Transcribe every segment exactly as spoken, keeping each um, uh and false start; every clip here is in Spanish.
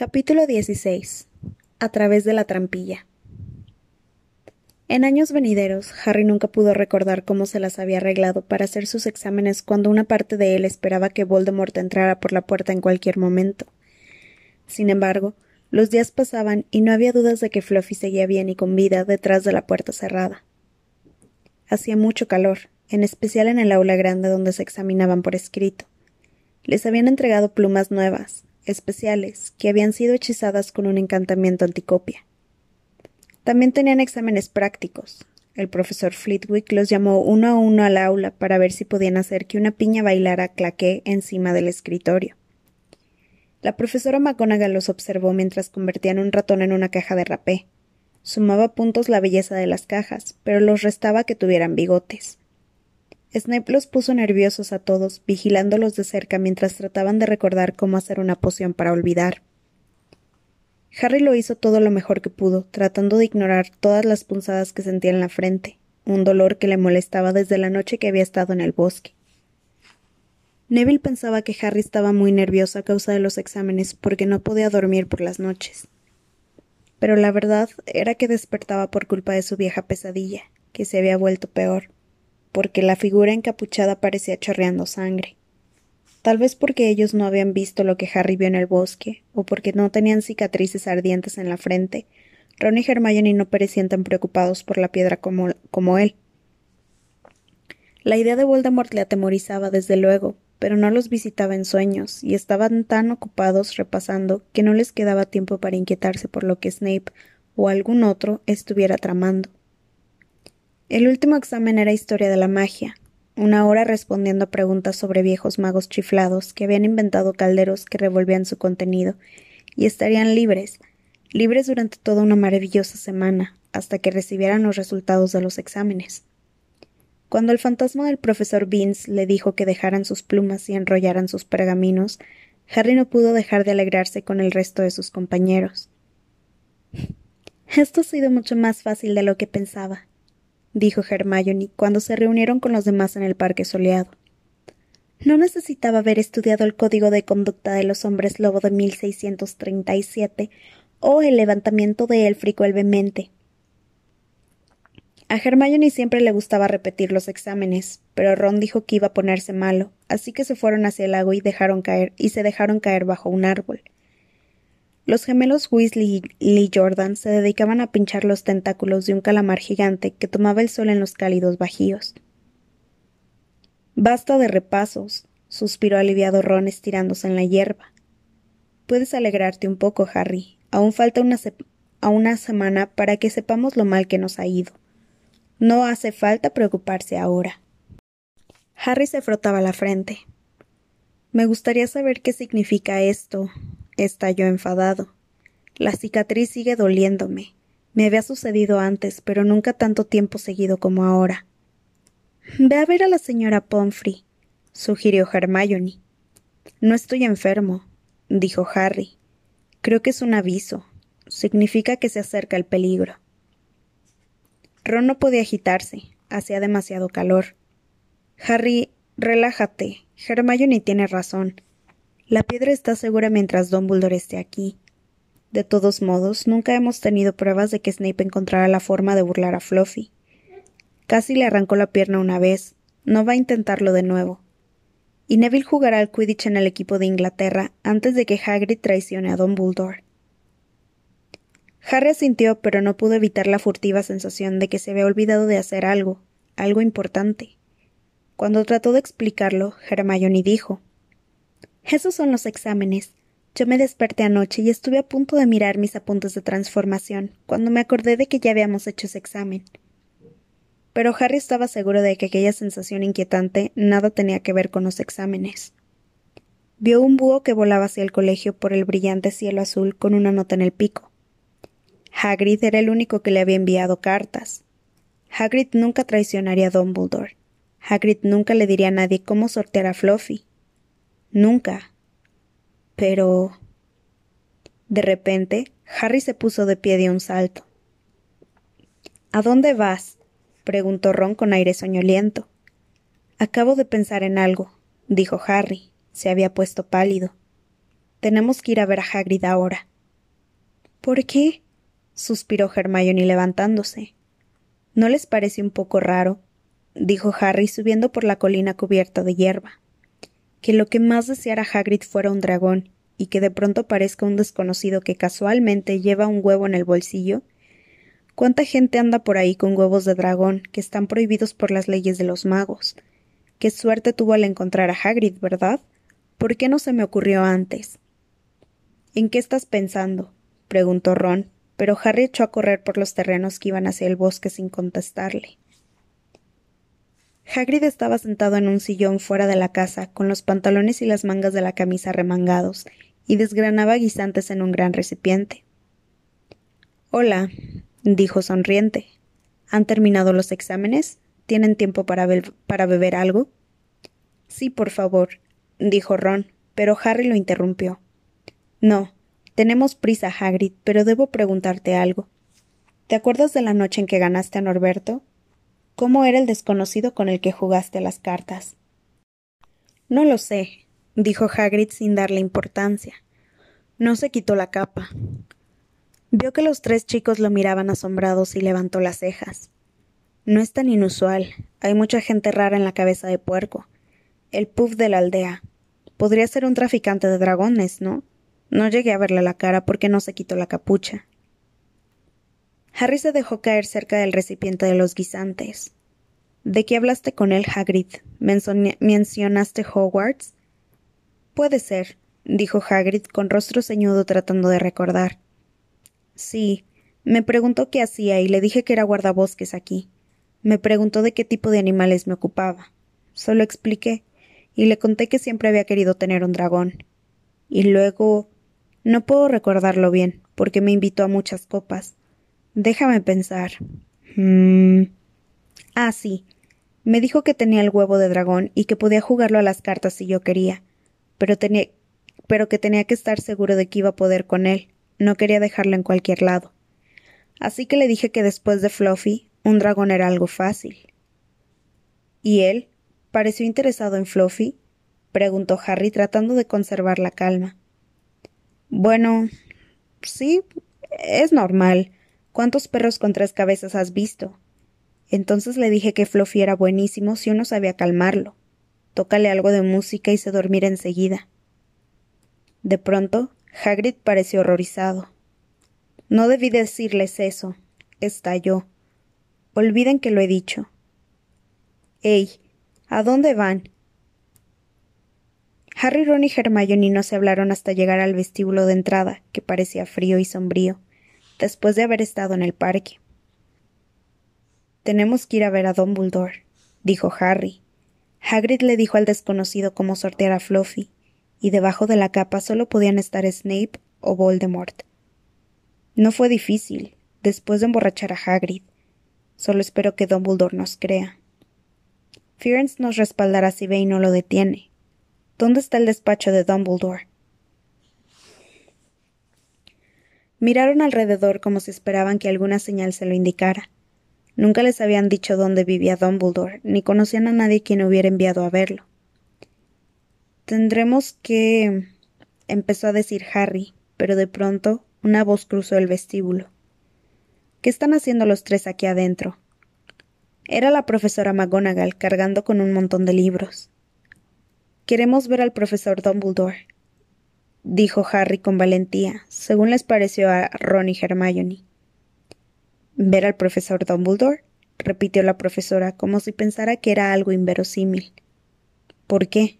Capítulo dieciséis. A través de la trampilla. En años venideros, Harry nunca pudo recordar cómo se las había arreglado para hacer sus exámenes cuando una parte de él esperaba que Voldemort entrara por la puerta en cualquier momento. Sin embargo, los días pasaban y no había dudas de que Fluffy seguía bien y con vida detrás de la puerta cerrada. Hacía mucho calor, en especial en el aula grande donde se examinaban por escrito. Les habían entregado plumas nuevas, especiales, que habían sido hechizadas con un encantamiento anticopia. También tenían exámenes prácticos. El profesor Flitwick los llamó uno a uno al aula para ver si podían hacer que una piña bailara claqué encima del escritorio. La profesora McGonagall los observó mientras convertían un ratón en una caja de rapé. Sumaba puntos la belleza de las cajas, pero los restaba que tuvieran bigotes. Snape los puso nerviosos a todos, vigilándolos de cerca mientras trataban de recordar cómo hacer una poción para olvidar. Harry lo hizo todo lo mejor que pudo, tratando de ignorar todas las punzadas que sentía en la frente, un dolor que le molestaba desde la noche que había estado en el bosque. Neville pensaba que Harry estaba muy nervioso a causa de los exámenes porque no podía dormir por las noches. Pero la verdad era que despertaba por culpa de su vieja pesadilla, que se había vuelto peor, porque la figura encapuchada parecía chorreando sangre. Tal vez porque ellos no habían visto lo que Harry vio en el bosque, o porque no tenían cicatrices ardientes en la frente, Ron y Hermione no parecían tan preocupados por la piedra como, como él. La idea de Voldemort le atemorizaba desde luego, pero no los visitaba en sueños, y estaban tan ocupados repasando que no les quedaba tiempo para inquietarse por lo que Snape o algún otro estuviera tramando. El último examen era Historia de la Magia, una hora respondiendo a preguntas sobre viejos magos chiflados que habían inventado calderos que revolvían su contenido, y estarían libres, libres durante toda una maravillosa semana, hasta que recibieran los resultados de los exámenes. Cuando el fantasma del profesor Binns le dijo que dejaran sus plumas y enrollaran sus pergaminos, Harry no pudo dejar de alegrarse con el resto de sus compañeros. «Esto ha sido mucho más fácil de lo que pensaba», dijo Hermione cuando se reunieron con los demás en el parque soleado. No necesitaba haber estudiado el Código de Conducta de los Hombres Lobo de mil seiscientos treinta y siete o el levantamiento de Élfrico el Vehemente. A Hermione siempre le gustaba repetir los exámenes, pero Ron dijo que iba a ponerse malo, así que se fueron hacia el lago y dejaron caer y se dejaron caer bajo un árbol. Los gemelos Weasley y Lee Jordan se dedicaban a pinchar los tentáculos de un calamar gigante que tomaba el sol en los cálidos bajíos. «Basta de repasos», suspiró aliviado Ron estirándose en la hierba. «Puedes alegrarte un poco, Harry. Aún falta una, se a una semana para que sepamos lo mal que nos ha ido. No hace falta preocuparse ahora». Harry se frotaba la frente. «Me gustaría saber qué significa esto», estalló enfadado. «La cicatriz sigue doliéndome. Me había sucedido antes, pero nunca tanto tiempo seguido como ahora». «Ve a ver a la señora Pomfrey», sugirió Hermione. «No estoy enfermo», dijo Harry. «Creo que es un aviso. Significa que se acerca el peligro». Ron no podía agitarse. Hacía demasiado calor. «Harry, relájate. Hermione tiene razón. La piedra está segura mientras Dumbledore esté aquí. De todos modos, nunca hemos tenido pruebas de que Snape encontrara la forma de burlar a Fluffy. Casi le arrancó la pierna una vez. No va a intentarlo de nuevo. Y Neville jugará al Quidditch en el equipo de Inglaterra antes de que Hagrid traicione a Dumbledore». Harry asintió, pero no pudo evitar la furtiva sensación de que se había olvidado de hacer algo, algo importante. Cuando trató de explicarlo, Hermione dijo: «Esos son los exámenes. Yo me desperté anoche y estuve a punto de mirar mis apuntes de transformación, cuando me acordé de que ya habíamos hecho ese examen». Pero Harry estaba seguro de que aquella sensación inquietante nada tenía que ver con los exámenes. Vio un búho que volaba hacia el colegio por el brillante cielo azul con una nota en el pico. Hagrid era el único que le había enviado cartas. Hagrid nunca traicionaría a Dumbledore. Hagrid nunca le diría a nadie cómo sortear a Fluffy. Nunca. Pero... De repente, Harry se puso de pie de un salto. «¿A dónde vas?», preguntó Ron con aire soñoliento. «Acabo de pensar en algo», dijo Harry. Se había puesto pálido. «Tenemos que ir a ver a Hagrid ahora». ¿Por qué? Suspiró Hermione levantándose. ¿No les parece un poco raro? Dijo Harry subiendo por la colina cubierta de hierba. Que lo que más deseara Hagrid fuera un dragón, y que de pronto parezca un desconocido que casualmente lleva un huevo en el bolsillo. ¿Cuánta gente anda por ahí con huevos de dragón que están prohibidos por las leyes de los magos? Qué suerte tuvo al encontrar a Hagrid, ¿verdad? ¿Por qué no se me ocurrió antes? ¿En qué estás pensando? Preguntó Ron, pero Harry echó a correr por los terrenos que iban hacia el bosque sin contestarle. Hagrid estaba sentado en un sillón fuera de la casa, con los pantalones y las mangas de la camisa remangados, y desgranaba guisantes en un gran recipiente. Hola, dijo sonriente. ¿Han terminado los exámenes? ¿Tienen tiempo para, be para beber algo? Sí, por favor, dijo Ron, pero Harry lo interrumpió. No, tenemos prisa, Hagrid, pero debo preguntarte algo. ¿Te acuerdas de la noche en que ganaste a Norberto? ¿Cómo era el desconocido con el que jugaste a las cartas? No lo sé, dijo Hagrid sin darle importancia. No se quitó la capa. Vio que los tres chicos lo miraban asombrados y levantó las cejas. No es tan inusual. Hay mucha gente rara en la cabeza de puerco. El puff de la aldea. Podría ser un traficante de dragones, ¿no? No llegué a verle la cara porque no se quitó la capucha. Harry se dejó caer cerca del recipiente de los guisantes. ¿De qué hablaste con él, Hagrid? ¿Mencionaste Hogwarts? Puede ser, dijo Hagrid con rostro ceñudo tratando de recordar. Sí, me preguntó qué hacía y le dije que era guardabosques aquí. Me preguntó de qué tipo de animales me ocupaba. Solo expliqué, y le conté que siempre había querido tener un dragón. Y luego... No puedo recordarlo bien, porque me invitó a muchas copas. Déjame pensar. Hmm... Ah, sí. Me dijo que tenía el huevo de dragón y que podía jugarlo a las cartas si yo quería, pero tenía... pero que tenía que estar seguro de que iba a poder con él. No quería dejarlo en cualquier lado. Así que le dije que después de Fluffy, un dragón era algo fácil. ¿Y él? ¿Pareció interesado en Fluffy? Preguntó Harry tratando de conservar la calma. Bueno, sí, es normal. ¿Cuántos perros con tres cabezas has visto? Entonces le dije que Fluffy era buenísimo si uno sabía calmarlo. Tócale algo de música y se dormirá enseguida. De pronto, Hagrid pareció horrorizado. No debí decirles eso, estalló. Olviden que lo he dicho. Ey, ¿a dónde van? Harry, Ron y Hermione no se hablaron hasta llegar al vestíbulo de entrada, que parecía frío y sombrío, después de haber estado en el parque. Tenemos que ir a ver a Dumbledore, dijo Harry. Hagrid le dijo al desconocido cómo sortear a Fluffy, y debajo de la capa solo podían estar Snape o Voldemort. No fue difícil, después de emborrachar a Hagrid. Solo espero que Dumbledore nos crea. Firenze nos respaldará si ve y no lo detiene. ¿Dónde está el despacho de Dumbledore? Miraron alrededor como si esperaban que alguna señal se lo indicara. Nunca les habían dicho dónde vivía Dumbledore, ni conocían a nadie quien hubiera enviado a verlo. Tendremos que... empezó a decir Harry, pero de pronto una voz cruzó el vestíbulo. ¿Qué están haciendo los tres aquí adentro? Era la profesora McGonagall cargando con un montón de libros. Queremos ver al profesor Dumbledore, dijo Harry con valentía, según les pareció a Ron y Hermione. ¿Ver al profesor Dumbledore? Repitió la profesora, como si pensara que era algo inverosímil. ¿Por qué?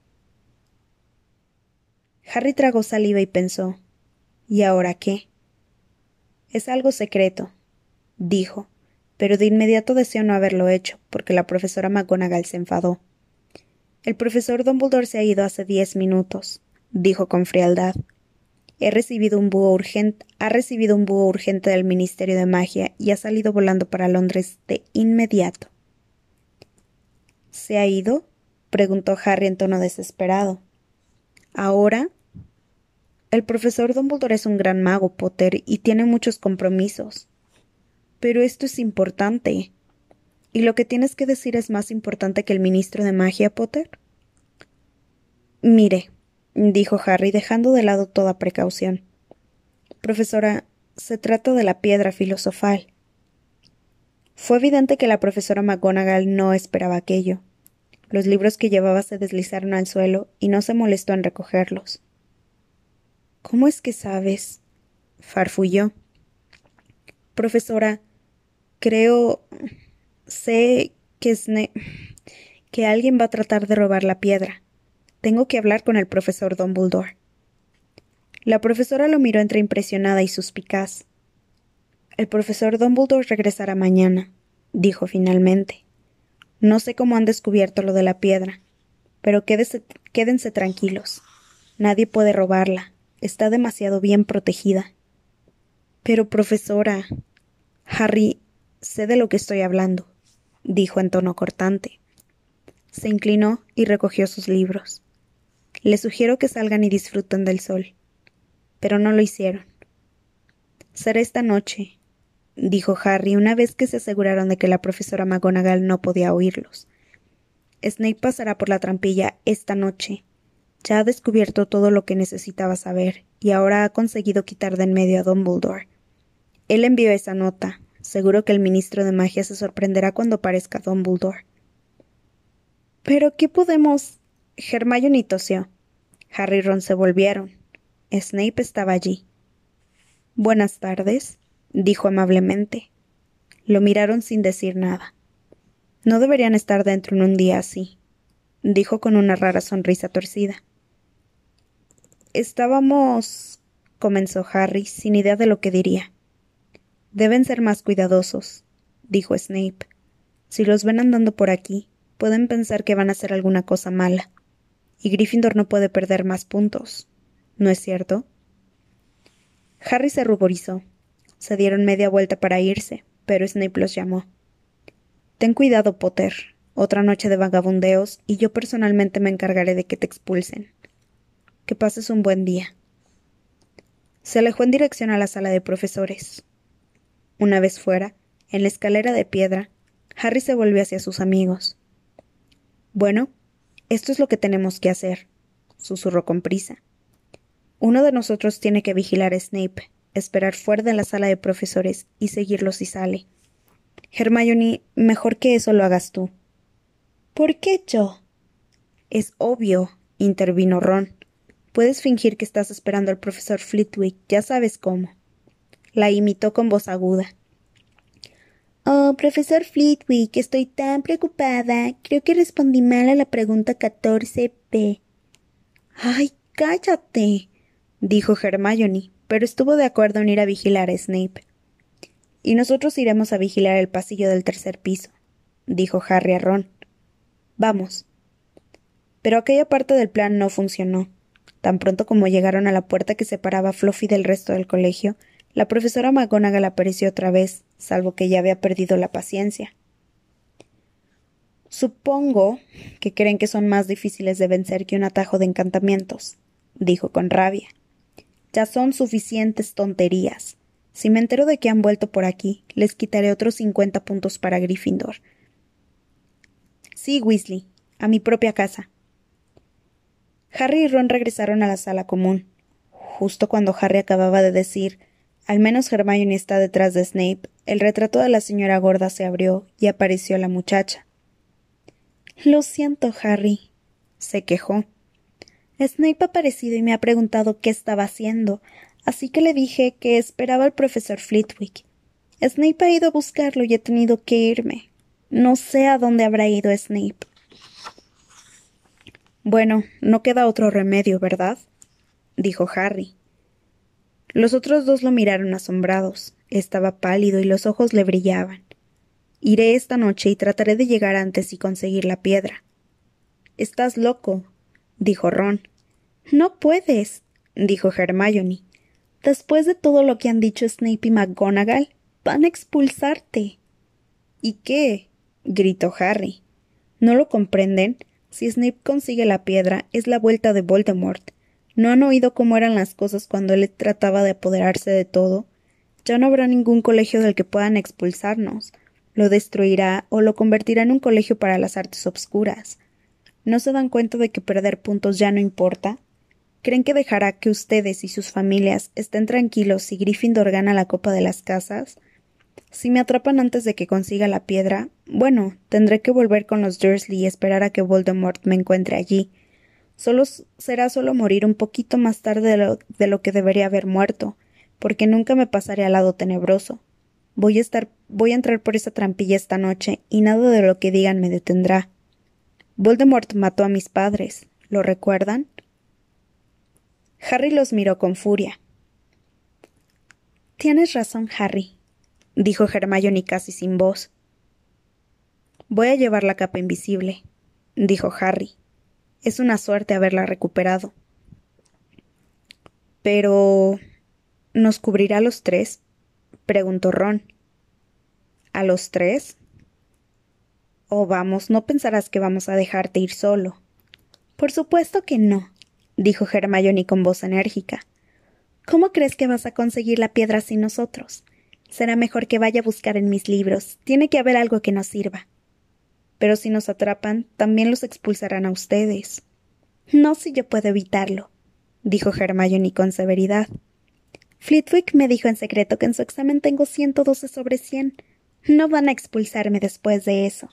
Harry tragó saliva y pensó, ¿y ahora qué? Es algo secreto, dijo, pero de inmediato deseó no haberlo hecho, porque la profesora McGonagall se enfadó. El profesor Dumbledore se ha ido hace diez minutos, dijo con frialdad. He recibido un búho urgente, ha recibido un búho urgente del Ministerio de Magia y ha salido volando para Londres de inmediato. ¿Se ha ido? Preguntó Harry en tono desesperado. ¿Ahora? El profesor Dumbledore es un gran mago, Potter, y tiene muchos compromisos. Pero esto es importante. ¿Y lo que tienes que decir es más importante que el ministro de Magia, Potter? Mire, dijo Harry, dejando de lado toda precaución. Profesora, Se trata de la piedra filosofal. Fue evidente que la profesora McGonagall no esperaba aquello. Los libros que llevaba se deslizaron al suelo y no se molestó en recogerlos. —¿Cómo es que sabes? —farfulló. —Profesora, creo... sé que Snape... que alguien va a tratar de robar la piedra. Tengo que hablar con el profesor Dumbledore. La profesora lo miró entre impresionada y suspicaz. El profesor Dumbledore regresará mañana —dijo finalmente—. No sé cómo han descubierto lo de la piedra, pero quédese, quédense tranquilos. Nadie puede robarla. Está demasiado bien protegida. Pero, profesora... Harry, sé de lo que estoy hablando —dijo en tono cortante. Se inclinó y recogió sus libros. Les sugiero que salgan y disfruten del sol. Pero no lo hicieron. Será esta noche —dijo Harry una vez que se aseguraron de que la profesora McGonagall no podía oírlos. Snape pasará por la trampilla esta noche. Ya ha descubierto todo lo que necesitaba saber, y ahora ha conseguido quitar de en medio a Dumbledore. Él envió esa nota. Seguro que el ministro de magia se sorprenderá cuando aparezca Dumbledore. —¿Pero qué podemos...? Hermione tosió. Harry y Ron se volvieron. Snape estaba allí. —Buenas tardes —dijo amablemente. Lo miraron sin decir nada. No deberían estar dentro en un día así —dijo con una rara sonrisa torcida. —Estábamos... comenzó Harry, sin idea de lo que diría. Deben ser más cuidadosos —dijo Snape. Si los ven andando por aquí, pueden pensar que van a hacer alguna cosa mala. Y Gryffindor no puede perder más puntos, ¿no es cierto? Harry se ruborizó. Se dieron media vuelta para irse, pero Snape los llamó. Ten cuidado, Potter. Otra noche de vagabundeos y yo personalmente me encargaré de que te expulsen. Que pases un buen día. Se alejó en dirección a la sala de profesores. Una vez fuera, en la escalera de piedra, Harry se volvió hacia sus amigos. Bueno, esto es lo que tenemos que hacer, susurró con prisa. Uno de nosotros tiene que vigilar a Snape, esperar fuera de la sala de profesores y seguirlo si sale. Hermione, mejor que eso lo hagas tú. ¿Por qué yo? Es obvio, intervino Ron. Puedes fingir que estás esperando al profesor Flitwick, ya sabes cómo. La imitó con voz aguda. Oh, profesor Flitwick, estoy tan preocupada. Creo que respondí mal a la pregunta catorce P. ¡Ay, cállate!, dijo Hermione, pero estuvo de acuerdo en ir a vigilar a Snape. Y nosotros iremos a vigilar el pasillo del tercer piso, dijo Harry a Ron. Vamos. Pero aquella parte del plan no funcionó. Tan pronto como llegaron a la puerta que separaba a Fluffy del resto del colegio, la profesora McGonagall apareció otra vez, salvo que ya había perdido la paciencia. Supongo que creen que son más difíciles de vencer que un atajo de encantamientos, dijo con rabia. Ya son suficientes tonterías. Si me entero de que han vuelto por aquí, les quitaré otros cincuenta puntos para Gryffindor. Sí, Weasley, a mi propia casa. Harry y Ron regresaron a la sala común. Justo cuando Harry acababa de decir «Al menos Hermione está detrás de Snape», el retrato de la señora gorda se abrió y apareció la muchacha. «Lo siento, Harry», se quejó. «Snape ha aparecido y me ha preguntado qué estaba haciendo, así que le dije que esperaba al profesor Flitwick. Snape ha ido a buscarlo y he tenido que irme. No sé a dónde habrá ido Snape». «Bueno, no queda otro remedio, ¿verdad?», dijo Harry. Los otros dos lo miraron asombrados. Estaba pálido y los ojos le brillaban. «Iré esta noche y trataré de llegar antes y conseguir la piedra». «Estás loco», dijo Ron. «No puedes», dijo Hermione. «Después de todo lo que han dicho Snape y McGonagall, van a expulsarte». «¿Y qué?», gritó Harry. «¿No lo comprenden? Si Snape consigue la piedra, es la vuelta de Voldemort. ¿No han oído cómo eran las cosas cuando él trataba de apoderarse de todo? Ya no habrá ningún colegio del que puedan expulsarnos. Lo destruirá o lo convertirá en un colegio para las artes obscuras. ¿No se dan cuenta de que perder puntos ya no importa?» ¿Creen que dejará que ustedes y sus familias estén tranquilos si Gryffindor gana la Copa de las Casas? Si me atrapan antes de que consiga la piedra, bueno, tendré que volver con los Dursley y esperar a que Voldemort me encuentre allí. Solo será solo morir un poquito más tarde de lo, de lo que debería haber muerto, porque nunca me pasaré al lado tenebroso. Voy a estar, voy a entrar por esa trampilla esta noche y nada de lo que digan me detendrá. Voldemort mató a mis padres, ¿lo recuerdan? Harry los miró con furia. Tienes razón, Harry, dijo Hermione casi sin voz. Voy a llevar la capa invisible, dijo Harry. Es una suerte haberla recuperado. Pero... ¿nos cubrirá a los tres? Preguntó Ron. ¿A los tres? Oh, vamos, no pensarás que vamos a dejarte ir solo. Por supuesto que no, dijo Hermione con voz enérgica. ¿Cómo crees que vas a conseguir la piedra sin nosotros? Será mejor que vaya a buscar en mis libros. Tiene que haber algo que nos sirva. Pero si nos atrapan, también los expulsarán a ustedes. No si yo puedo evitarlo, dijo Hermione con severidad. Flitwick me dijo en secreto que en su examen tengo ciento doce sobre cien. No van a expulsarme después de eso.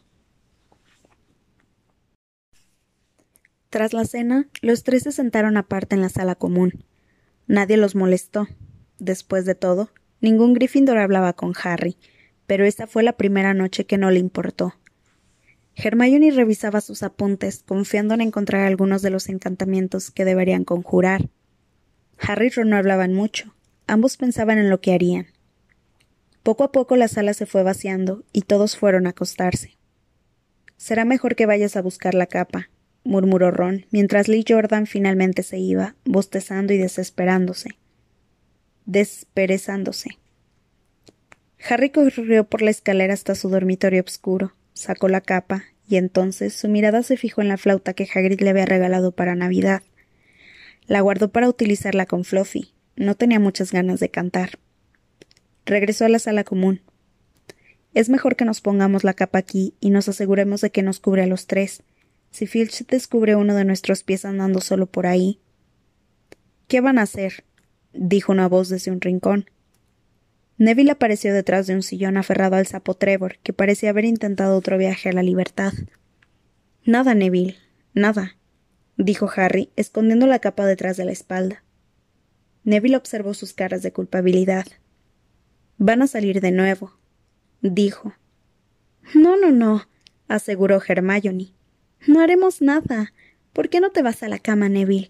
Tras la cena, los tres se sentaron aparte en la sala común. Nadie los molestó. Después de todo, ningún Gryffindor hablaba con Harry, pero esta fue la primera noche que no le importó. Hermione revisaba sus apuntes, confiando en encontrar algunos de los encantamientos que deberían conjurar. Harry y Ron no hablaban mucho. Ambos pensaban en lo que harían. Poco a poco la sala se fue vaciando y todos fueron a acostarse. «Será mejor que vayas a buscar la capa», murmuró Ron, mientras Lee Jordan finalmente se iba, bostezando y desesperándose. Desperezándose. Harry corrió por la escalera hasta su dormitorio oscuro, sacó la capa, y entonces su mirada se fijó en la flauta que Hagrid le había regalado para Navidad. La guardó para utilizarla con Fluffy. No tenía muchas ganas de cantar. Regresó a la sala común. Es mejor que nos pongamos la capa aquí y nos aseguremos de que nos cubre a los tres. Si Filch descubre uno de nuestros pies andando solo por ahí. ¿Qué van a hacer?, dijo una voz desde un rincón. Neville apareció detrás de un sillón aferrado al sapo Trevor, que parecía haber intentado otro viaje a la libertad. Nada, Neville, nada, dijo Harry, escondiendo la capa detrás de la espalda. Neville observó sus caras de culpabilidad. Van a salir de nuevo, dijo. No, no, no, aseguró Hermione. No haremos nada. ¿Por qué no te vas a la cama, Neville?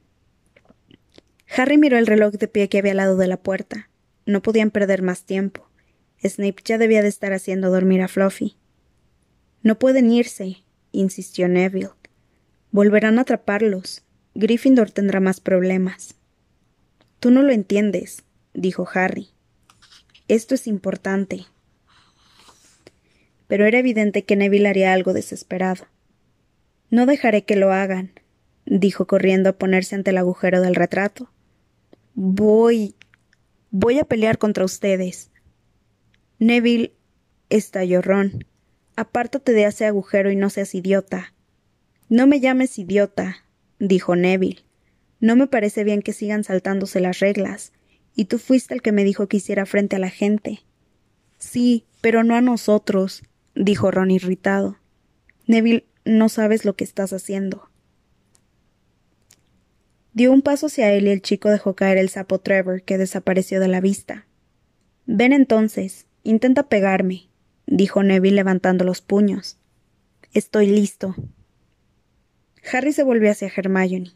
Harry miró el reloj de pie que había al lado de la puerta. No podían perder más tiempo. Snape ya debía de estar haciendo dormir a Fluffy. No pueden irse, insistió Neville. Volverán a atraparlos. Gryffindor tendrá más problemas. Tú no lo entiendes, dijo Harry. Esto es importante. Pero era evidente que Neville haría algo desesperado. No dejaré que lo hagan, dijo corriendo a ponerse ante el agujero del retrato. Voy. Voy a pelear contra ustedes. Neville, estalló Ron. Apártate de ese agujero y no seas idiota. No me llames idiota, dijo Neville. No me parece bien que sigan saltándose las reglas. Y tú fuiste el que me dijo que hiciera frente a la gente. Sí, pero no a nosotros, dijo Ron irritado. Neville, no sabes lo que estás haciendo. Dio un paso hacia él y el chico dejó caer el sapo Trevor, que desapareció de la vista. Ven entonces, intenta pegarme, dijo Neville levantando los puños. Estoy listo. Harry se volvió hacia Hermione.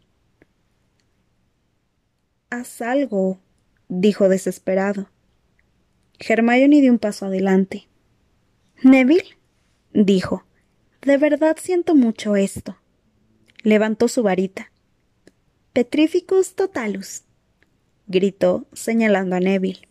Haz algo, dijo desesperado. Hermione dio un paso adelante. Neville, dijo, de verdad siento mucho esto. Levantó su varita. Petrificus totalus, gritó, señalando a Neville.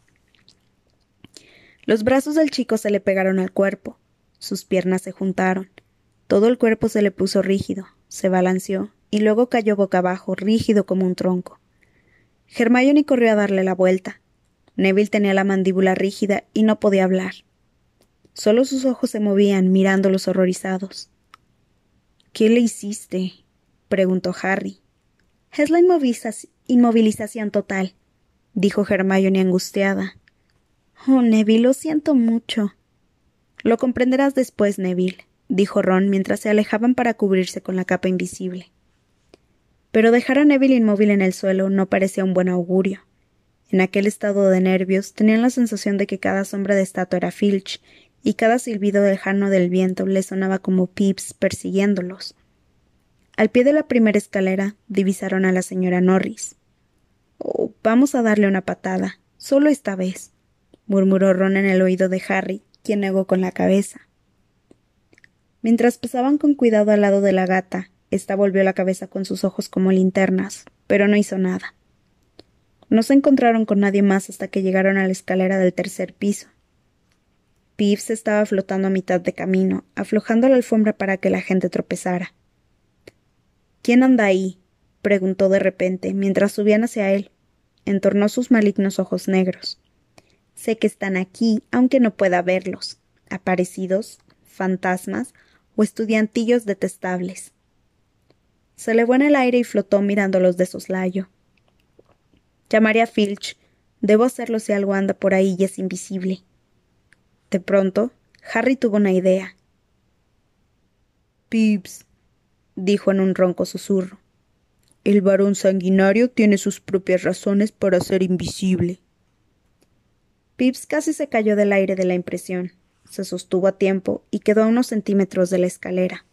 Los brazos del chico se le pegaron al cuerpo. Sus piernas se juntaron. Todo el cuerpo se le puso rígido, se balanceó, y luego cayó boca abajo, rígido como un tronco. Hermione corrió a darle la vuelta. Neville tenía la mandíbula rígida y no podía hablar. Solo sus ojos se movían, mirándolos horrorizados. —¿Qué le hiciste? —preguntó Harry. Es la inmoviliza- inmovilización total, dijo Hermione angustiada. Oh, Neville, lo siento mucho. Lo comprenderás después, Neville, dijo Ron mientras se alejaban para cubrirse con la capa invisible. Pero dejar a Neville inmóvil en el suelo no parecía un buen augurio. En aquel estado de nervios tenían la sensación de que cada sombra de estatua era Filch, y cada silbido lejano del viento les sonaba como Pips persiguiéndolos. Al pie de la primera escalera divisaron a la señora Norris. «Oh, vamos a darle una patada, solo esta vez», murmuró Ron en el oído de Harry, quien negó con la cabeza. Mientras pasaban con cuidado al lado de la gata, ésta volvió la cabeza con sus ojos como linternas, pero no hizo nada. No se encontraron con nadie más hasta que llegaron a la escalera del tercer piso. Pips estaba flotando a mitad de camino, aflojando la alfombra para que la gente tropezara. «¿Quién anda ahí?», preguntó de repente, mientras subían hacia él. Entornó sus malignos ojos negros. «Sé que están aquí, aunque no pueda verlos. Aparecidos, fantasmas o estudiantillos detestables». Se elevó en el aire y flotó mirándolos de soslayo. «Llamaré a Filch. Debo hacerlo si algo anda por ahí y es invisible». De pronto, Harry tuvo una idea. «Pips», dijo en un ronco susurro, «el varón sanguinario tiene sus propias razones para ser invisible». Pips casi se cayó del aire de la impresión. Se sostuvo a tiempo y quedó a unos centímetros de la escalera.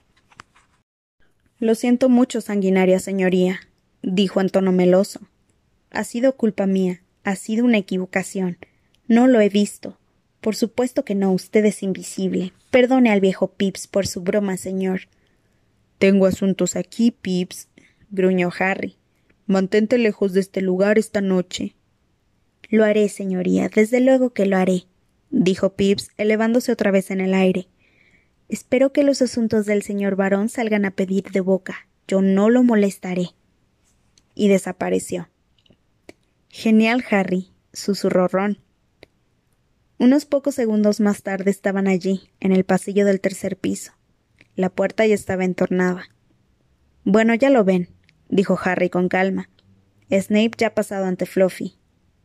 «Lo siento mucho, sanguinaria señoría», dijo en tono meloso. «Ha sido culpa mía. Ha sido una equivocación. No lo he visto. Por supuesto que no, usted es invisible. Perdone al viejo Pips por su broma, señor». «Tengo asuntos aquí, Pips», gruñó Harry. «Mantente lejos de este lugar esta noche». «Lo haré, señoría, desde luego que lo haré», dijo Pips, elevándose otra vez en el aire. «Espero que los asuntos del señor barón salgan a pedir de boca. Yo no lo molestaré». Y desapareció. «Genial, Harry», susurró Ron. Unos pocos segundos más tarde estaban allí, en el pasillo del tercer piso. La puerta ya estaba entornada. «Bueno, ya lo ven», dijo Harry con calma. «Snape ya ha pasado ante Fluffy».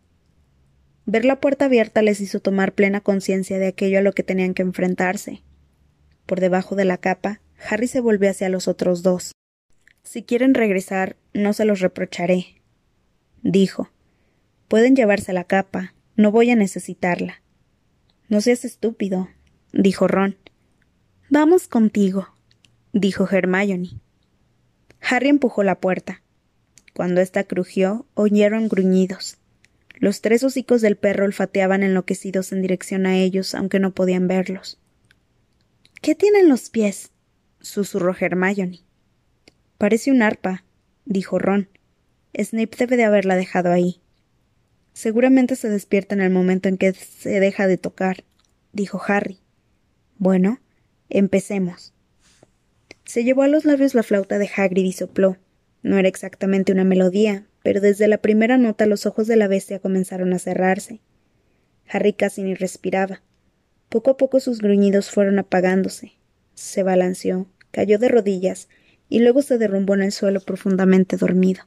Ver la puerta abierta les hizo tomar plena conciencia de aquello a lo que tenían que enfrentarse. Por debajo de la capa, Harry se volvió hacia los otros dos. «Si quieren regresar, no se los reprocharé», dijo. «Pueden llevarse la capa. No voy a necesitarla». «No seas estúpido», dijo Ron. «Vamos contigo», dijo Hermione. Harry empujó la puerta. Cuando ésta crujió, oyeron gruñidos. Los tres hocicos del perro olfateaban enloquecidos en dirección a ellos, aunque no podían verlos. «¿Qué tienen los pies?», susurró Hermione. «Parece un arpa», dijo Ron. «Snape debe de haberla dejado ahí». «Seguramente se despierta en el momento en que se deja de tocar», dijo Harry. «Bueno, empecemos». Se llevó a los labios la flauta de Hagrid y sopló. No era exactamente una melodía, pero desde la primera nota los ojos de la bestia comenzaron a cerrarse. Harry casi ni respiraba. Poco a poco sus gruñidos fueron apagándose. Se balanceó, cayó de rodillas, y luego se derrumbó en el suelo profundamente dormido.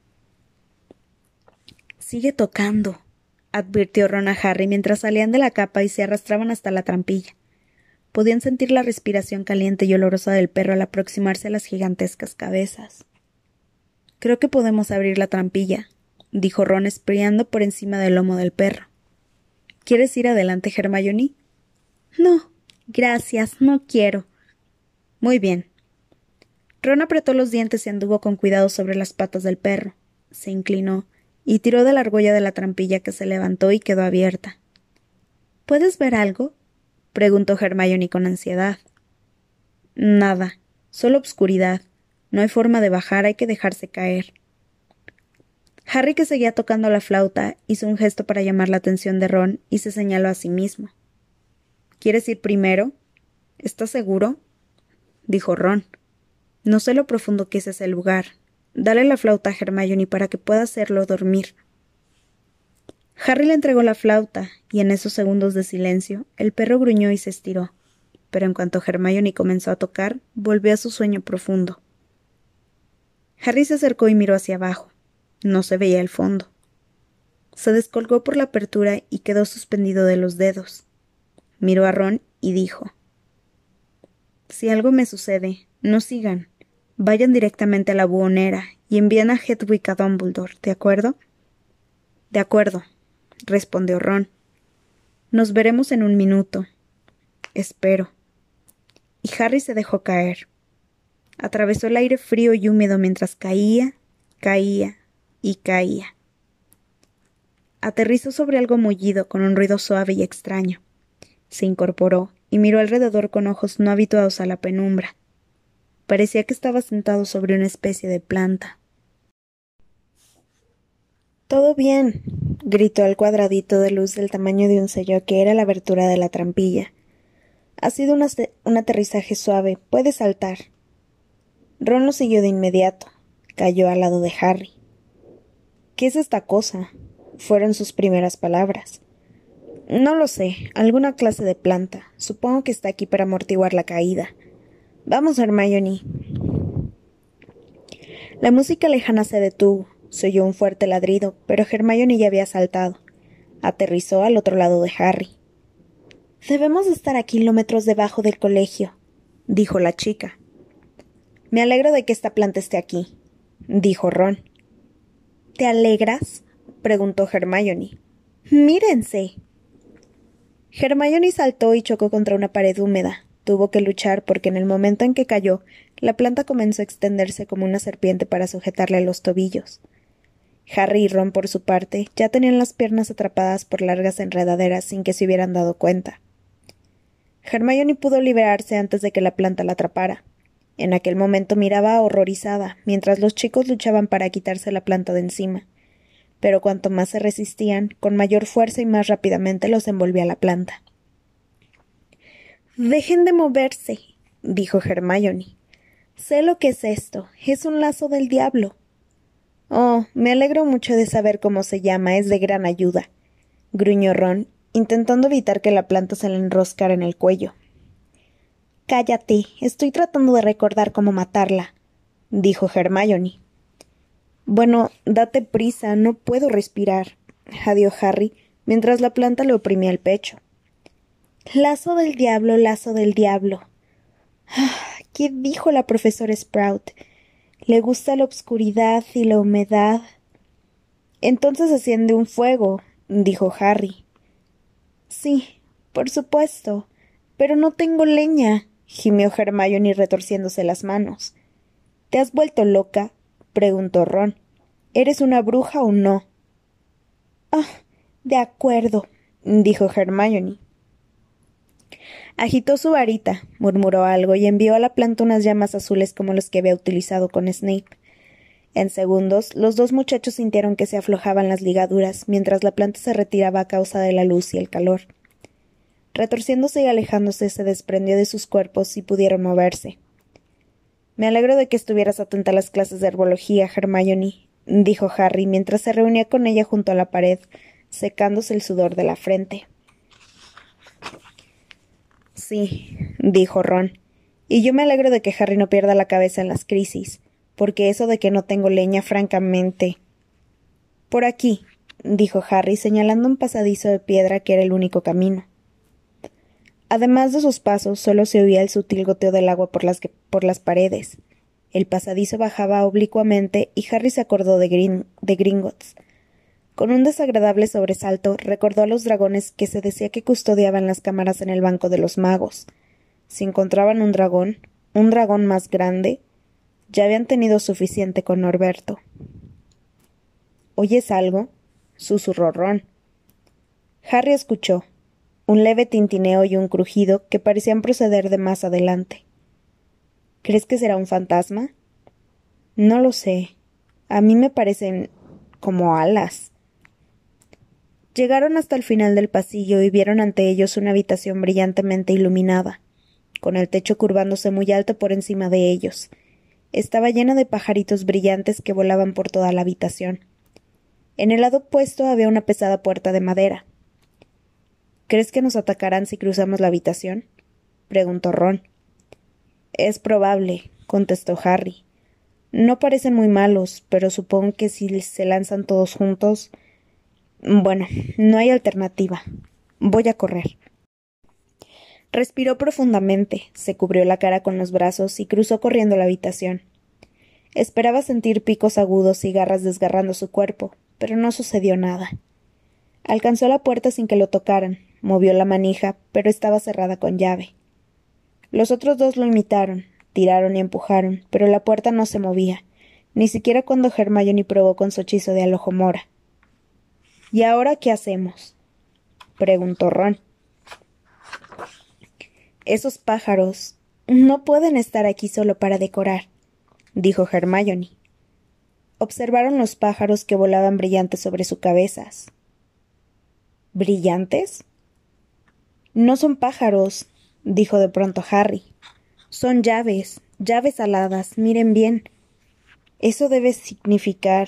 «Sigue tocando», advirtió Ron a Harry mientras salían de la capa y se arrastraban hasta la trampilla. Podían sentir la respiración caliente y olorosa del perro al aproximarse a las gigantescas cabezas. «Creo que podemos abrir la trampilla», dijo Ron espiando por encima del lomo del perro. «¿Quieres ir adelante, Hermione?» «No, gracias, no quiero». «Muy bien». Ron apretó los dientes y anduvo con cuidado sobre las patas del perro. Se inclinó y tiró de la argolla de la trampilla, que se levantó y quedó abierta. «¿Puedes ver algo?», preguntó Hermione con ansiedad. «Nada, solo obscuridad. No hay forma de bajar, hay que dejarse caer». Harry, que seguía tocando la flauta, hizo un gesto para llamar la atención de Ron y se señaló a sí mismo. «¿Quieres ir primero? ¿Estás seguro?», dijo Ron. «No sé lo profundo que es ese lugar. Dale la flauta a Hermione para que pueda hacerlo dormir». Harry le entregó la flauta, y en esos segundos de silencio, el perro gruñó y se estiró. Pero en cuanto Hermione comenzó a tocar, volvió a su sueño profundo. Harry se acercó y miró hacia abajo. No se veía el fondo. Se descolgó por la apertura y quedó suspendido de los dedos. Miró a Ron y dijo: «Si algo me sucede, no sigan. Vayan directamente a la buhonera y envíen a Hedwig a Dumbledore, ¿de acuerdo?» «De acuerdo», respondió Ron. «Nos veremos en un minuto. Espero». Y Harry se dejó caer. Atravesó el aire frío y húmedo mientras caía, caía y caía. Aterrizó sobre algo mullido con un ruido suave y extraño. Se incorporó y miró alrededor con ojos no habituados a la penumbra. Parecía que estaba sentado sobre una especie de planta. «¡Todo bien!», gritó el cuadradito de luz del tamaño de un sello que era la abertura de la trampilla. «Ha sido un, un aterrizaje suave. Puede saltar». Ron lo siguió de inmediato. Cayó al lado de Harry. «¿Qué es esta cosa?», fueron sus primeras palabras. «No lo sé. Alguna clase de planta. Supongo que está aquí para amortiguar la caída. Vamos, Hermione». La música lejana se detuvo. Se oyó un fuerte ladrido, pero Hermione ya había saltado. Aterrizó al otro lado de Harry. «Debemos estar a kilómetros debajo del colegio», dijo la chica. «Me alegro de que esta planta esté aquí», dijo Ron. «¿Te alegras?», preguntó Hermione. «¡Mírense!». Hermione saltó y chocó contra una pared húmeda. Tuvo que luchar porque en el momento en que cayó, la planta comenzó a extenderse como una serpiente para sujetarle los tobillos. Harry y Ron, por su parte, ya tenían las piernas atrapadas por largas enredaderas sin que se hubieran dado cuenta. Hermione pudo liberarse antes de que la planta la atrapara. En aquel momento miraba horrorizada, mientras los chicos luchaban para quitarse la planta de encima. Pero cuanto más se resistían, con mayor fuerza y más rápidamente los envolvía la planta. «Dejen de moverse», dijo Hermione. «Sé lo que es esto. Es un lazo del diablo». «Oh, me alegro mucho de saber cómo se llama. Es de gran ayuda», gruñó Ron, intentando evitar que la planta se le enroscara en el cuello. «Cállate. Estoy tratando de recordar cómo matarla», dijo Hermione. «Bueno, date prisa. No puedo respirar», jadeó Harry, mientras la planta le oprimía el pecho. «Lazo del diablo, lazo del diablo». «¿Qué dijo la profesora Sprout? Le gusta la oscuridad y la humedad». «Entonces enciende un fuego», dijo Harry. «Sí, por supuesto. Pero no tengo leña», gimió Hermione retorciéndose las manos. «¿Te has vuelto loca?», preguntó Ron. «¿Eres una bruja o no?» «Ah, de acuerdo», dijo Hermione. Agitó su varita, murmuró algo y envió a la planta unas llamas azules como los que había utilizado con Snape. En segundos, los dos muchachos sintieron que se aflojaban las ligaduras, mientras la planta se retiraba a causa de la luz y el calor. Retorciéndose y alejándose, se desprendió de sus cuerpos y pudieron moverse. «Me alegro de que estuvieras atenta a las clases de herbología, Hermione», dijo Harry mientras se reunía con ella junto a la pared, secándose el sudor de la frente. «Sí», dijo Ron, «y yo me alegro de que Harry no pierda la cabeza en las crisis, porque eso de que no tengo leña, francamente». «Por aquí», dijo Harry, señalando un pasadizo de piedra que era el único camino. Además de sus pasos, solo se oía el sutil goteo del agua por las, por las paredes. El pasadizo bajaba oblicuamente y Harry se acordó de, Grin, de Gringotts. Con un desagradable sobresalto, recordó a los dragones que se decía que custodiaban las cámaras en el banco de los magos. Si encontraban un dragón, un dragón más grande, ya habían tenido suficiente con Norberto. «¿Oyes algo?», susurró Ron. Harry escuchó un leve tintineo y un crujido que parecían proceder de más adelante. «¿Crees que será un fantasma?» «No lo sé. A mí me parecen como alas». Llegaron hasta el final del pasillo y vieron ante ellos una habitación brillantemente iluminada, con el techo curvándose muy alto por encima de ellos. Estaba llena de pajaritos brillantes que volaban por toda la habitación. En el lado opuesto había una pesada puerta de madera. «¿Crees que nos atacarán si cruzamos la habitación?», preguntó Ron. «Es probable», contestó Harry. No parecen muy malos, pero supongo que si se lanzan todos juntos... Bueno, no hay alternativa. Voy a correr. Respiró profundamente, se cubrió la cara con los brazos y cruzó corriendo la habitación. Esperaba sentir picos agudos y garras desgarrando su cuerpo, pero no sucedió nada. Alcanzó la puerta sin que lo tocaran, movió la manija, pero estaba cerrada con llave. Los otros dos lo imitaron, tiraron y empujaron, pero la puerta no se movía, ni siquiera cuando Hermione probó con su hechizo de alojomora. ¿Y ahora qué hacemos?, preguntó Ron. Esos pájaros no pueden estar aquí solo para decorar, dijo Hermione. Observaron los pájaros que volaban brillantes sobre sus cabezas. ¿Brillantes? No son pájaros, dijo de pronto Harry. Son llaves, llaves aladas, miren bien. Eso debe significar...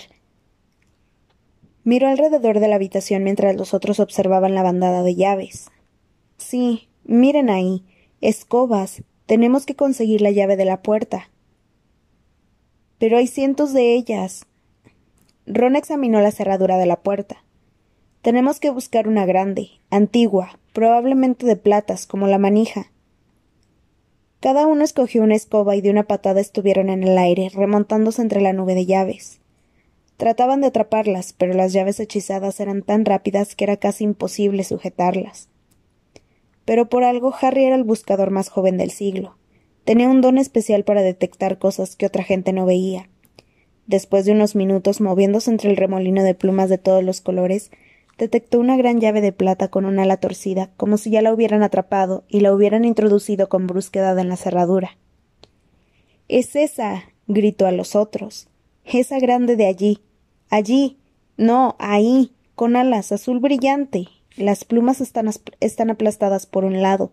Miró alrededor de la habitación mientras los otros observaban la bandada de llaves. Sí, miren ahí, escobas. Tenemos que conseguir la llave de la puerta. Pero hay cientos de ellas. Ron examinó la cerradura de la puerta. Tenemos que buscar una grande, antigua, probablemente de platas, como la manija. Cada uno escogió una escoba y de una patada estuvieron en el aire, remontándose entre la nube de llaves. Trataban de atraparlas, pero las llaves hechizadas eran tan rápidas que era casi imposible sujetarlas. Pero por algo Harry era el buscador más joven del siglo. Tenía un don especial para detectar cosas que otra gente no veía. Después de unos minutos moviéndose entre el remolino de plumas de todos los colores, detectó una gran llave de plata con un ala torcida, como si ya la hubieran atrapado y la hubieran introducido con brusquedad en la cerradura. —¡Es esa! —gritó a los otros. —¡Esa grande de allí! —¡Allí! —No, ahí, con alas, azul brillante. Las plumas están, están aplastadas por un lado.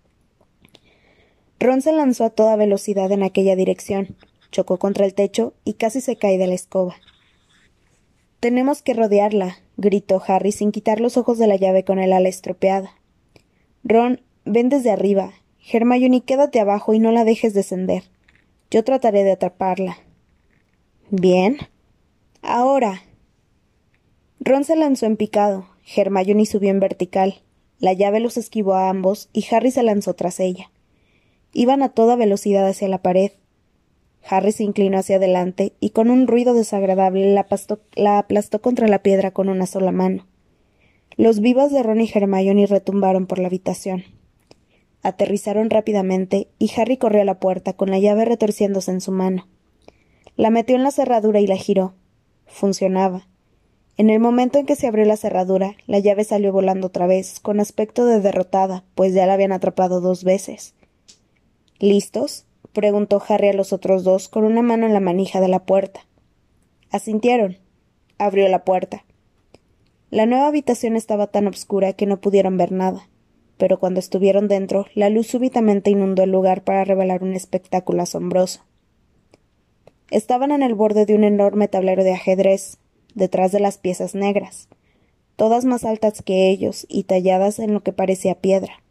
Ron se lanzó a toda velocidad en aquella dirección, chocó contra el techo y casi se cae de la escoba. —Tenemos que rodearla —gritó Harry sin quitar los ojos de la llave con el ala estropeada. —Ron, ven desde arriba. Hermione, quédate abajo y no la dejes descender. Yo trataré de atraparla. —Bien. —Ahora. Ron se lanzó en picado. Hermione subió en vertical. La llave los esquivó a ambos y Harry se lanzó tras ella. Iban a toda velocidad hacia la pared. Harry se inclinó hacia adelante y con un ruido desagradable la aplastó, la aplastó contra la piedra con una sola mano. Los vivos de Ron y Hermione retumbaron por la habitación. Aterrizaron rápidamente y Harry corrió a la puerta con la llave retorciéndose en su mano. La metió en la cerradura y la giró. Funcionaba. En el momento en que se abrió la cerradura, la llave salió volando otra vez, con aspecto de derrotada, pues ya la habían atrapado dos veces. —¿Listos? —preguntó Harry a los otros dos, con una mano en la manija de la puerta. Asintieron. Abrió la puerta. La nueva habitación estaba tan obscura que no pudieron ver nada, pero cuando estuvieron dentro, la luz súbitamente inundó el lugar para revelar un espectáculo asombroso. Estaban en el borde de un enorme tablero de ajedrez, detrás de las piezas negras, todas más altas que ellos y talladas en lo que parecía piedra.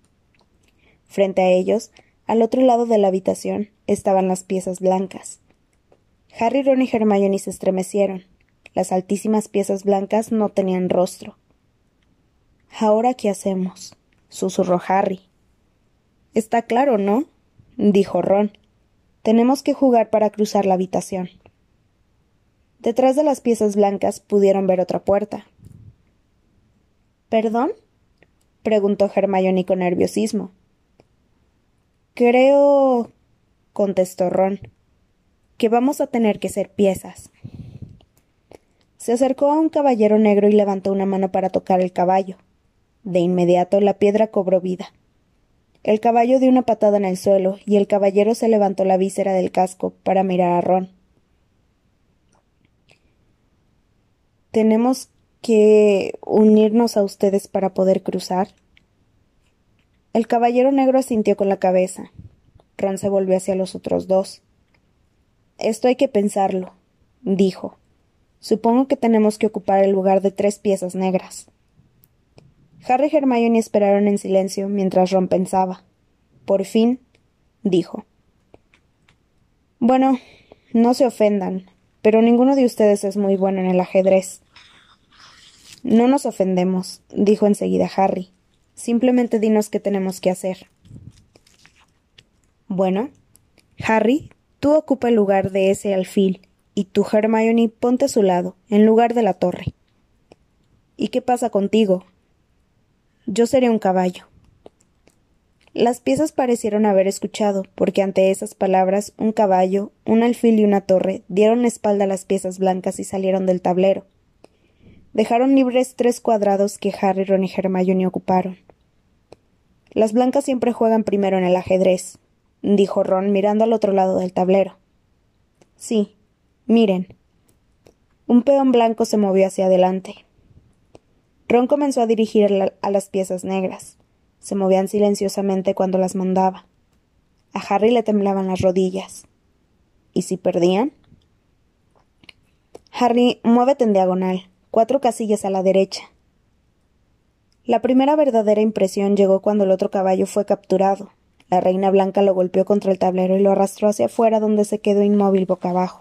Frente a ellos, al otro lado de la habitación, estaban las piezas blancas. Harry, Ron y Hermione se estremecieron. Las altísimas piezas blancas no tenían rostro. —¿Ahora qué hacemos? —susurró Harry. —Está claro, ¿no? —dijo Ron. —Tenemos que jugar para cruzar la habitación. Detrás de las piezas blancas pudieron ver otra puerta. —¿Perdón? —preguntó Hermione con nerviosismo. —Creo —contestó Ron— que vamos a tener que ser piezas. Se acercó a un caballero negro y levantó una mano para tocar el caballo. De inmediato la piedra cobró vida. El caballo dio una patada en el suelo y el caballero se levantó la víscera del casco para mirar a Ron. —¿Tenemos que unirnos a ustedes para poder cruzar? El caballero negro asintió con la cabeza. Ron se volvió hacia los otros dos. —Esto hay que pensarlo —dijo—. Supongo que tenemos que ocupar el lugar de tres piezas negras. Harry y Hermione esperaron en silencio mientras Ron pensaba. Por fin, dijo. Bueno, No se ofendan, pero ninguno de ustedes es muy bueno en el ajedrez. No nos ofendemos, dijo enseguida Harry. Simplemente dinos qué tenemos que hacer. Bueno, Harry, tú ocupa el lugar de ese alfil, y tú, Hermione, ponte a su lado, en lugar de la torre. ¿Y qué pasa contigo? Yo seré un caballo. Las piezas parecieron haber escuchado, porque ante esas palabras un caballo, un alfil y una torre dieron la espalda a las piezas blancas y salieron del tablero. Dejaron libres tres cuadrados que Harry, Ron y Hermione ocuparon. Las blancas siempre juegan primero en el ajedrez, dijo Ron mirando al otro lado del tablero. Sí, miren. Un peón blanco se movió hacia adelante. Ron comenzó a dirigir la, a las piezas negras. Se movían silenciosamente cuando las mandaba. A Harry le temblaban las rodillas. ¿Y si perdían? Harry, muévete en diagonal, cuatro casillas a la derecha. La primera verdadera impresión llegó cuando el otro caballo fue capturado. La reina blanca lo golpeó contra el tablero y lo arrastró hacia afuera, donde se quedó inmóvil boca abajo.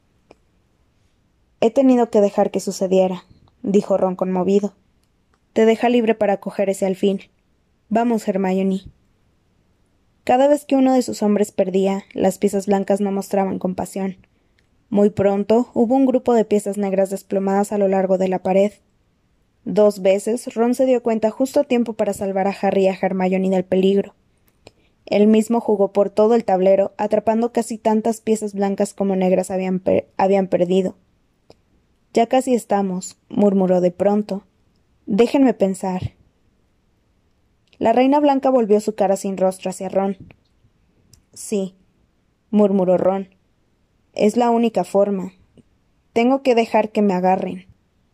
He tenido que dejar que sucediera, dijo Ron conmovido. Te deja libre para coger ese alfil. Vamos, Hermione. Cada vez que uno de sus hombres perdía, las piezas blancas no mostraban compasión. Muy pronto hubo un grupo de piezas negras desplomadas a lo largo de la pared. Dos veces Ron se dio cuenta justo a tiempo para salvar a Harry y a Hermione del peligro. Él mismo jugó por todo el tablero, atrapando casi tantas piezas blancas como negras habían, per habían perdido. Ya casi estamos, murmuró de pronto. Déjenme pensar. La reina blanca volvió su cara sin rostro hacia Ron. Sí, murmuró Ron. Es la única forma. Tengo que dejar que me agarren.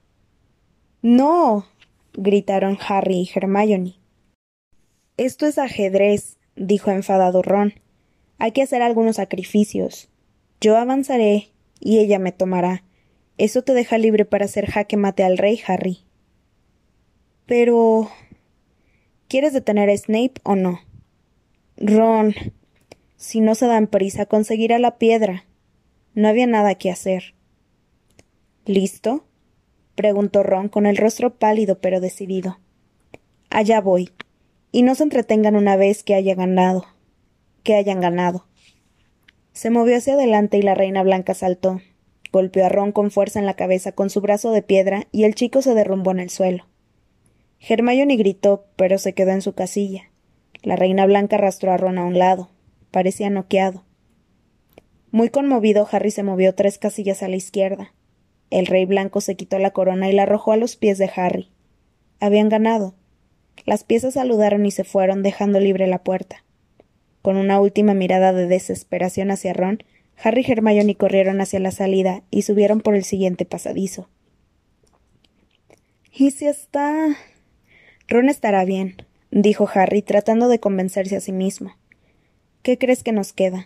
¡No! Gritaron Harry y Hermione. Esto es ajedrez, dijo enfadado Ron. Hay que hacer algunos sacrificios. Yo avanzaré y ella me tomará. Eso te deja libre para hacer jaque mate al rey, Harry. Pero... ¿quieres detener a Snape o no? Ron, si no se dan prisa, conseguirá la piedra. No había nada que hacer. ¿Listo? Preguntó Ron con el rostro pálido pero decidido. Allá voy. Y no se entretengan una vez que haya ganado. Que hayan ganado. Se movió hacia adelante y la reina blanca saltó. Golpeó a Ron con fuerza en la cabeza con su brazo de piedra y el chico se derrumbó en el suelo. Hermione gritó, pero se quedó en su casilla. La reina blanca arrastró a Ron a un lado. Parecía noqueado. Muy conmovido, Harry se movió tres casillas a la izquierda. El rey blanco se quitó la corona y la arrojó a los pies de Harry. Habían ganado. Las piezas saludaron y se fueron, dejando libre la puerta. Con una última mirada de desesperación hacia Ron, Harry y Hermione corrieron hacia la salida y subieron por el siguiente pasadizo. ¿Y si está...? Ron estará bien, dijo Harry, tratando de convencerse a sí mismo. ¿Qué crees que nos queda?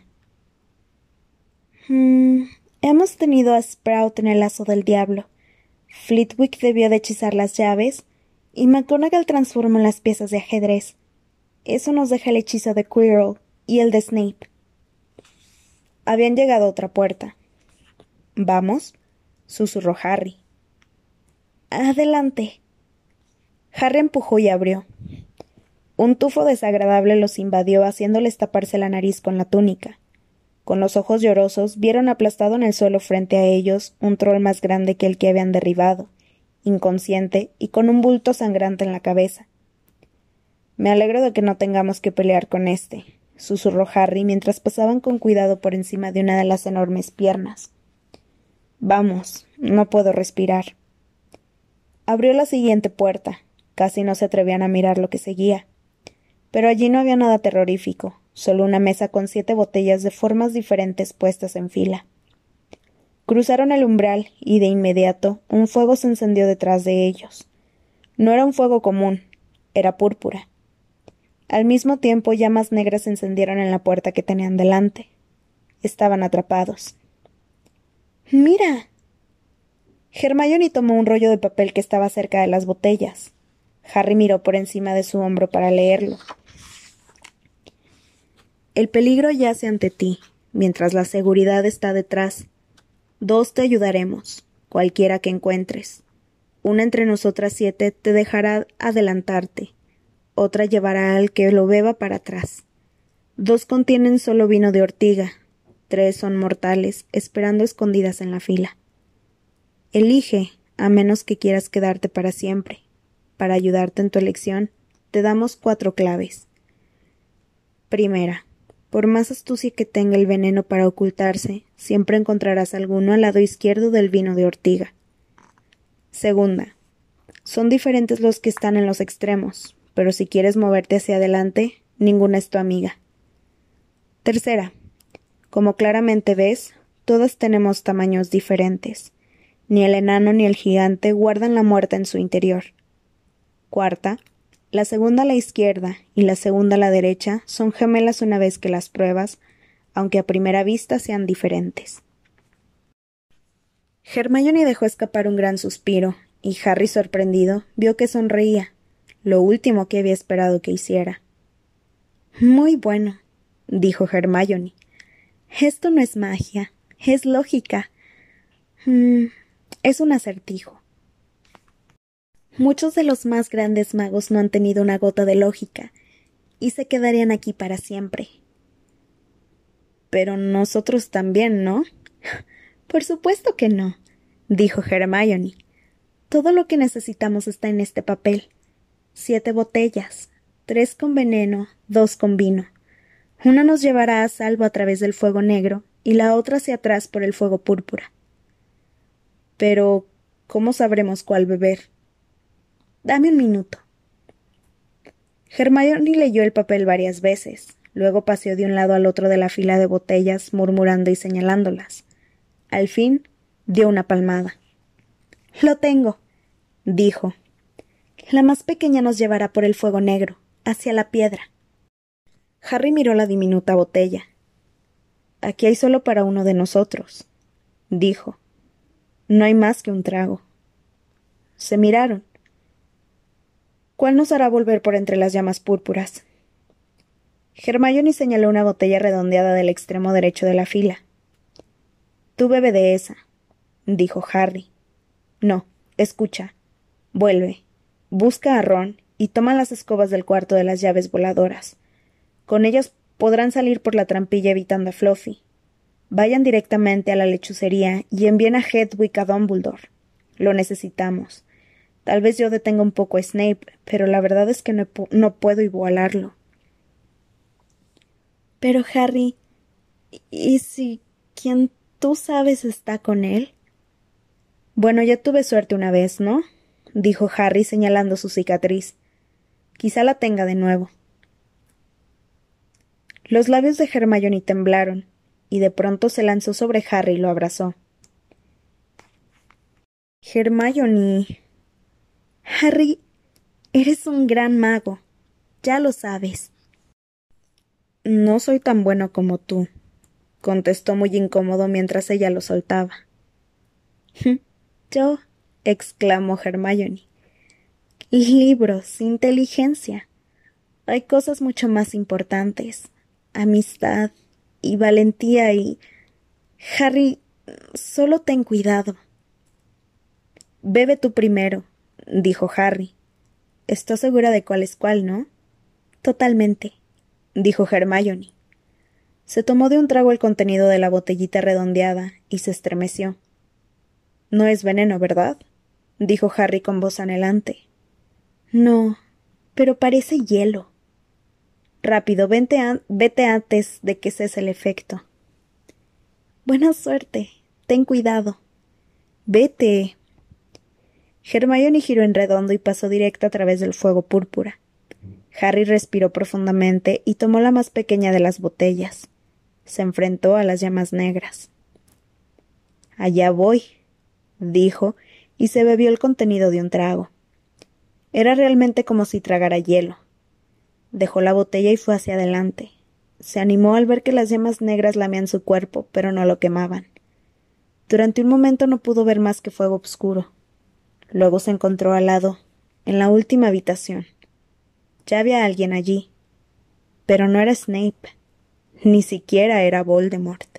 Hmm, hemos tenido a Sprout en el lazo del diablo. Flitwick debió de hechizar las llaves, y McGonagall transformó las piezas de ajedrez. Eso nos deja el hechizo de Quirrell y el de Snape. Habían llegado a otra puerta. ¿Vamos? Susurró Harry. Adelante. Harry empujó y abrió. Un tufo desagradable los invadió, haciéndoles taparse la nariz con la túnica. Con los ojos llorosos, vieron aplastado en el suelo frente a ellos un troll más grande que el que habían derribado, inconsciente y con un bulto sangrante en la cabeza. Me alegro de que no tengamos que pelear con este, susurró Harry mientras pasaban con cuidado por encima de una de las enormes piernas. Vamos, no puedo respirar. Abrió la siguiente puerta. Casi no se atrevían a mirar lo que seguía. Pero allí no había nada terrorífico, solo una mesa con siete botellas de formas diferentes puestas en fila. Cruzaron el umbral y, de inmediato, un fuego se encendió detrás de ellos. No era un fuego común, era púrpura. Al mismo tiempo, llamas negras se encendieron en la puerta que tenían delante. Estaban atrapados. ¡Mira! Hermione tomó un rollo de papel que estaba cerca de las botellas. Harry miró por encima de su hombro para leerlo. El peligro yace ante ti. mientras la seguridad está detrás. Dos te ayudaremos, cualquiera que encuentres. Una entre nosotras siete te dejará adelantarte, otra llevará al que lo beba para atrás. Dos contienen solo vino de ortiga, tres son mortales, esperando escondidas en la fila. Elige, a menos que quieras quedarte para siempre. Para ayudarte en tu elección, te damos cuatro claves. Primera, por más astucia que tenga el veneno para ocultarse, siempre encontrarás alguno al lado izquierdo del vino de ortiga. Segunda, son diferentes los que están en los extremos, pero si quieres moverte hacia adelante, ninguna es tu amiga. Tercera, como claramente ves, todas tenemos tamaños diferentes. Ni el enano ni el gigante guardan la muerte en su interior. Cuarta, la segunda a la izquierda y la segunda a la derecha son gemelas una vez que las pruebas, aunque a primera vista sean diferentes. Hermione dejó escapar un gran suspiro, y Harry, sorprendido, vio que sonreía, lo último que había esperado que hiciera. Muy bueno, dijo Hermione. Esto no es magia, es lógica. Mm, es un acertijo. Muchos de los más grandes magos no han tenido una gota de lógica, y se quedarían aquí para siempre. Pero nosotros también, ¿no? Por supuesto que no, dijo Hermione. Todo lo que necesitamos está en este papel. Siete botellas, tres con veneno, dos con vino. Una nos llevará a salvo a través del fuego negro y la otra hacia atrás por el fuego púrpura. Pero, ¿cómo sabremos cuál beber? Dame un minuto. Hermione leyó el papel varias veces, luego paseó de un lado al otro de la fila de botellas, murmurando y señalándolas. Al fin, dio una palmada. Lo tengo, dijo. La más pequeña nos llevará por el fuego negro, hacia la piedra. Harry miró la diminuta botella. Aquí hay solo para uno de nosotros, dijo. No hay más que un trago. Se miraron. ¿Cuál nos hará volver por entre las llamas púrpuras? Hermione señaló una botella redondeada del extremo derecho de la fila. Tú bebe de esa, dijo Harry. No, escucha. Vuelve. Busca a Ron y toma las escobas del cuarto de las llaves voladoras. Con ellas podrán salir por la trampilla evitando a Fluffy. Vayan directamente a la lechucería y envíen a Hedwig a Dumbledore. Lo necesitamos. Tal vez yo detenga un poco a Snape, pero la verdad es que no, no puedo igualarlo. Pero, Harry, ¿y si quien tú sabes está con él? Bueno, ya tuve suerte una vez, ¿no? Dijo Harry señalando su cicatriz. Quizá la tenga de nuevo. Los labios de Hermione temblaron, y de pronto se lanzó sobre Harry y lo abrazó. Hermione. Harry, eres un gran mago. Ya lo sabes. No soy tan bueno como tú, contestó muy incómodo mientras ella lo soltaba. Yo, exclamó Hermione. Libros, inteligencia. Hay cosas mucho más importantes. Amistad y valentía y... Harry, solo ten cuidado. Bebe tú primero, dijo Harry. Estás segura de cuál es cuál, ¿no? Totalmente, dijo Hermione. Se tomó de un trago el contenido de la botellita redondeada y se estremeció. No es veneno, ¿verdad? Dijo Harry con voz anhelante. No, pero parece hielo. Rápido, vente, an vete antes de que cese el efecto. Buena suerte. Ten cuidado. Vete. Hermione giró en redondo y pasó directo a través del fuego púrpura. Harry respiró profundamente y tomó la más pequeña de las botellas. Se enfrentó a las llamas negras. Allá voy, dijo, y se bebió el contenido de un trago. Era realmente como si tragara hielo. Dejó la botella y fue hacia adelante. Se animó al ver que las llamas negras lamían su cuerpo, pero no lo quemaban. Durante un momento no pudo ver más que fuego oscuro. Luego se encontró al lado, en la última habitación. Ya había alguien allí. Pero no era Snape. Ni siquiera era Voldemort.